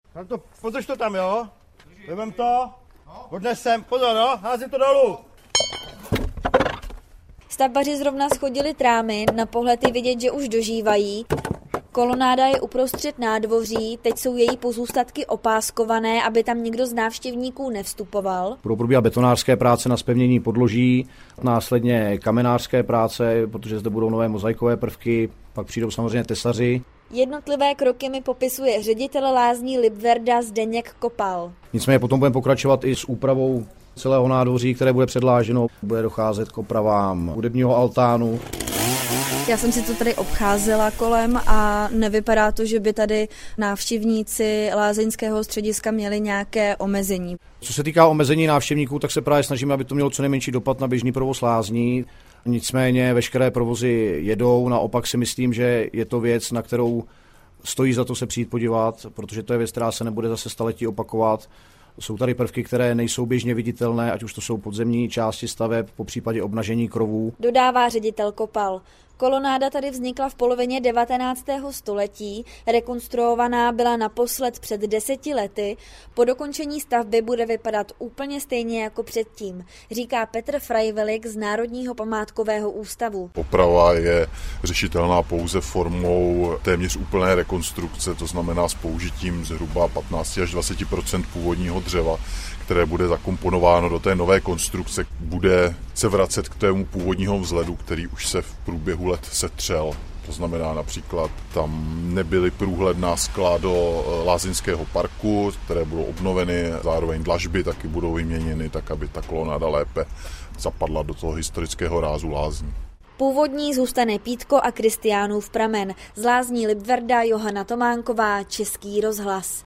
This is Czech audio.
Tam to, podrž to tam, jo? Vemem to, odnesem, pozor, jo, házím to dolů. Stavbaři zrovna schodili trámy, na pohled je vidět, že už dožívají. Kolonáda je uprostřed nádvoří, teď jsou její pozůstatky opáskované, aby tam nikdo z návštěvníků nevstupoval. Budou probíhat betonářské práce na zpevnění podloží, následně kamenářské práce, protože zde budou nové mozaikové prvky, pak přijdou samozřejmě tesaři. Jednotlivé kroky mi popisuje ředitel lázní Libverda Zdeněk Kopal. Nicméně potom budeme pokračovat i s úpravou celého nádvoří, které bude předláženo. Bude docházet k opravám hudebního altánu. Já jsem si to tady obcházela kolem a nevypadá to, že by tady návštěvníci lázeňského střediska měli nějaké omezení. Co se týká omezení návštěvníků, tak se právě snažíme, aby to mělo co nejmenší dopad na běžný provoz lázní. Nicméně veškeré provozy jedou, naopak si myslím, že je to věc, na kterou stojí za to se přijít podívat, protože to je věc, která se nebude zase staletí opakovat. Jsou tady prvky, které nejsou běžně viditelné, ať už to jsou podzemní části staveb, popřípadě obnažení krovů. Dodává ředitel Kopal. Kolonáda tady vznikla v polovině 19. století, rekonstruovaná byla naposled před 10 lety, po dokončení stavby bude vypadat úplně stejně jako předtím, říká Petr Frajvelik z Národního památkového ústavu. Oprava je řešitelná pouze formou téměř úplné rekonstrukce, to znamená s použitím zhruba 15 až 20% původního dřeva, které bude zakomponováno do té nové konstrukce, bude se vracet k tému původního vzhledu, který už se v průběhu let setřel. To znamená například, tam nebyly průhledná skla do lázeňského parku, které budou obnoveny, zároveň dlažby taky budou vyměněny, tak aby ta kolonáda lépe zapadla do toho historického rázu lázní. Původní zůstane Pítko a Kristiánův pramen. Z lázní Libverda Johana Tománková, Český rozhlas.